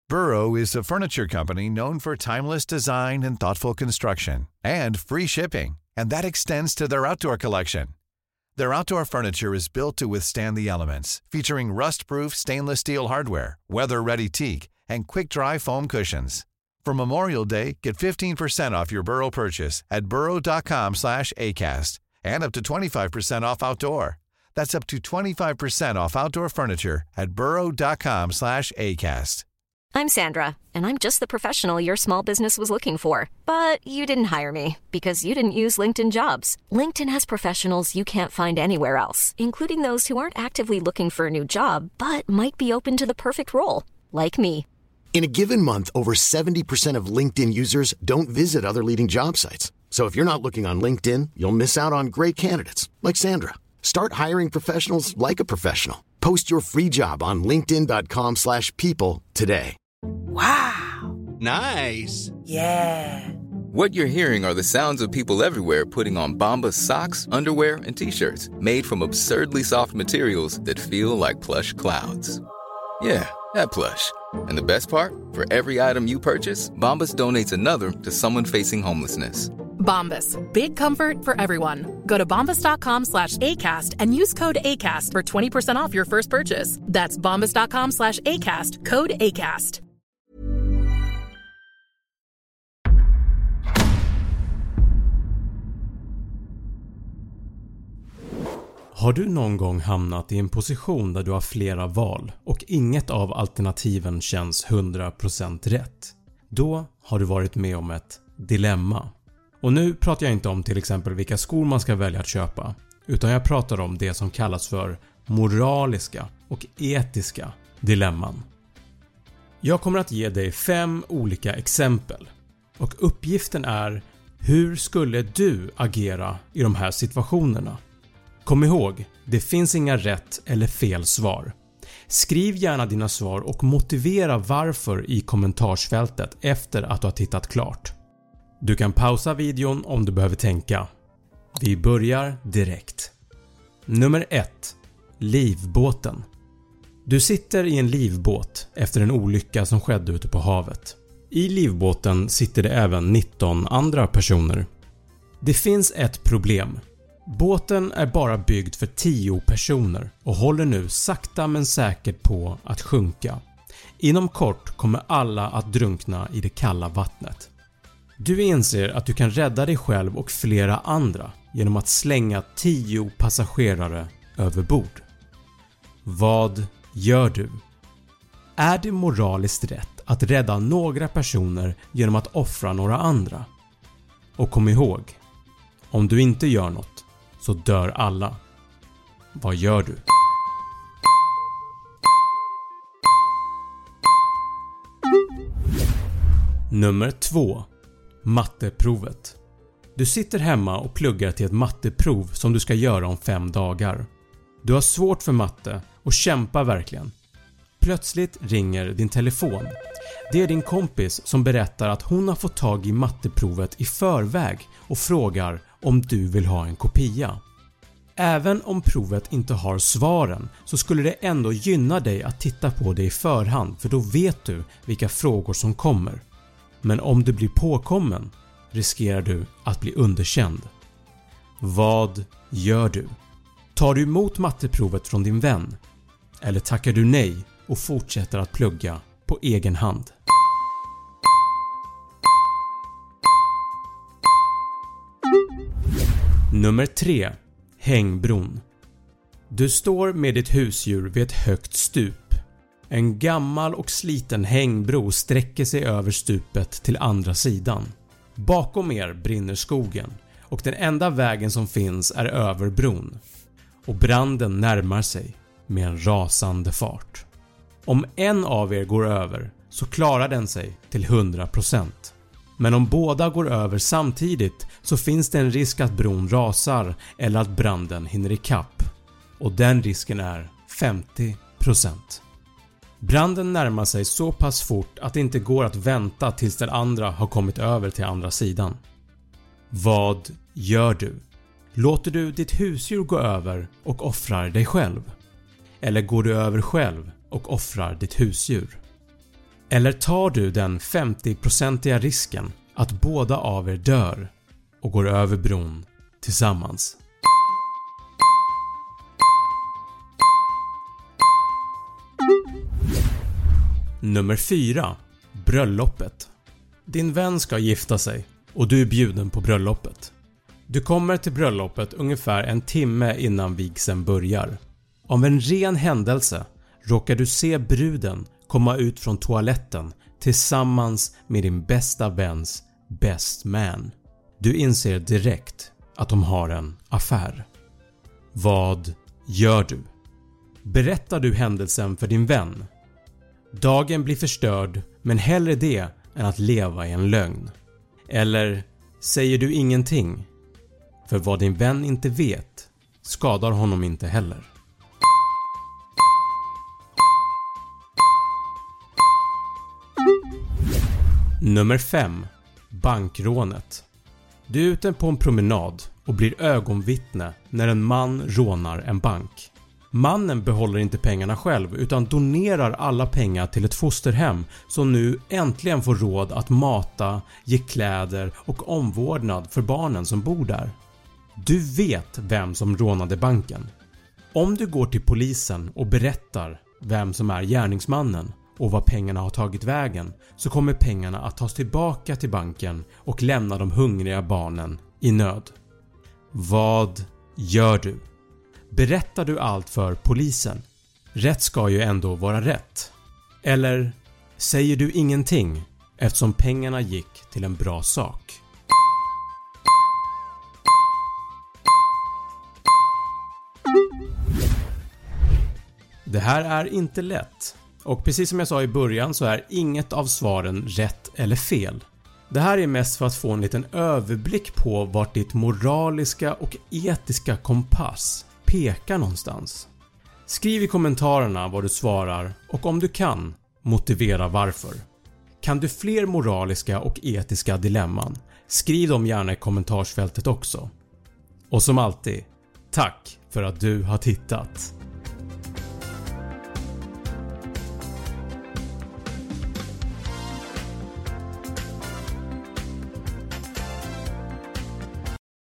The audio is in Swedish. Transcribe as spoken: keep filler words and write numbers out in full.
Burrow is a furniture company known for timeless design and thoughtful construction, and free shipping, and that extends to their outdoor collection. Their outdoor furniture is built to withstand the elements, featuring rust-proof stainless steel hardware, weather-ready teak, and quick-dry foam cushions. For Memorial Day, get fifteen percent off your Burrow purchase at burrow.com slash ACAST and up to twenty-five percent off outdoor. That's up to twenty-five percent off outdoor furniture at burrow.com slash ACAST. I'm Sandra, and I'm just the professional your small business was looking for. But you didn't hire me because you didn't use LinkedIn Jobs. LinkedIn has professionals you can't find anywhere else, including those who aren't actively looking for a new job, but might be open to the perfect role, like me. In a given month, over seventy percent of LinkedIn users don't visit other leading job sites. So if you're not looking on LinkedIn, you'll miss out on great candidates like Sandra. Start hiring professionals like a professional. Post your free job on linkedin.com slash people today. Wow. Nice. Yeah. What you're hearing are the sounds of people everywhere putting on Bombas socks, underwear, and T-shirts made from absurdly soft materials that feel like plush clouds. Yeah, that plush. And the best part? For every item you purchase, Bombas donates another to someone facing homelessness. Bombas. Big comfort for everyone. Go to bombas.com slash ACAST and use code ACAST for twenty percent off your first purchase. That's bombas.com slash ACAST. Code ACAST. Har du någon gång hamnat i en position där du har flera val och inget av alternativen känns hundra procent rätt? Då har du varit med om ett dilemma. Och nu pratar jag inte om till exempel vilka skor man ska välja att köpa, utan jag pratar om det som kallas för moraliska och etiska dilemman. Jag kommer att ge dig fem olika exempel och uppgiften är: hur skulle du agera i de här situationerna? Kom ihåg, det finns inga rätt eller fel svar. Skriv gärna dina svar och motivera varför i kommentarsfältet efter att du har tittat klart. Du kan pausa videon om du behöver tänka. Vi börjar direkt. Nummer ett. Livbåten. Du sitter i en livbåt efter en olycka som skedde ute på havet. I livbåten sitter det även nitton andra personer. Det finns ett problem. Båten är bara byggd för tio personer och håller nu sakta men säkert på att sjunka. Inom kort kommer alla att drunkna i det kalla vattnet. Du inser att du kan rädda dig själv och flera andra genom att slänga tio passagerare över bord. Vad gör du? Är det moraliskt rätt att rädda några personer genom att offra några andra? Och kom ihåg, om du inte gör något så dör alla. Vad gör du? Nummer två. Matteprovet. Du sitter hemma och pluggar till ett matteprov som du ska göra om fem dagar. Du har svårt för matte och kämpar verkligen. Plötsligt ringer din telefon. Det är din kompis som berättar att hon har fått tag i matteprovet i förväg och frågar om du vill ha en kopia. Även om provet inte har svaren så skulle det ändå gynna dig att titta på det i förhand, för då vet du vilka frågor som kommer. Men om du blir påkommen riskerar du att bli underkänd. Vad gör du? Tar du emot matteprovet från din vän? Eller tackar du nej och fortsätter att plugga på egen hand? Nummer tre. Hängbron. Du står med ditt husdjur vid ett högt stup. En gammal och sliten hängbro sträcker sig över stupet till andra sidan. Bakom er brinner skogen och den enda vägen som finns är över bron. Och branden närmar sig med en rasande fart. Om en av er går över så klarar den sig till hundra procent. Men om båda går över samtidigt så finns det en risk att bron rasar eller att branden hinner ikapp. Och den risken är femtio procent. Branden närmar sig så pass fort att det inte går att vänta tills den andra har kommit över till andra sidan. Vad gör du? Låter du ditt husdjur gå över och offrar dig själv? Eller går du över själv och offrar ditt husdjur? Eller tar du den femtio-procentiga risken att båda av er dör och går över bron tillsammans? Nummer fyra. Bröllopet. Din vän ska gifta sig och du är bjuden på bröllopet. Du kommer till bröllopet ungefär en timme innan vigseln börjar. Om en ren händelse råkar du se bruden komma ut från toaletten tillsammans med din bästa väns best man. Du inser direkt att de har en affär. Vad gör du? Berättar du händelsen för din vän? Dagen blir förstörd, men hellre det än att leva i en lögn. Eller säger du ingenting? För vad din vän inte vet skadar honom inte heller. Nummer fem. Bankrånet. Du är ute på en promenad och blir ögonvittne när en man rånar en bank. Mannen behåller inte pengarna själv utan donerar alla pengar till ett fosterhem som nu äntligen får råd att mata, ge kläder och omvårdnad för barnen som bor där. Du vet vem som rånade banken. Om du går till polisen och berättar vem som är gärningsmannen och vad pengarna har tagit vägen, så kommer pengarna att tas tillbaka till banken och lämna de hungriga barnen i nöd. Vad gör du? Berättar du allt för polisen? Rätt ska ju ändå vara rätt. Eller säger du ingenting eftersom pengarna gick till en bra sak? Det här är inte lätt. Och precis som jag sa i början så är inget av svaren rätt eller fel. Det här är mest för att få en liten överblick på vart ditt moraliska och etiska kompass pekar någonstans. Skriv i kommentarerna vad du svarar och om du kan, motivera varför. Kan du fler moraliska och etiska dilemman? Skriv dem gärna i kommentarsfältet också. Och som alltid, tack för att du har tittat.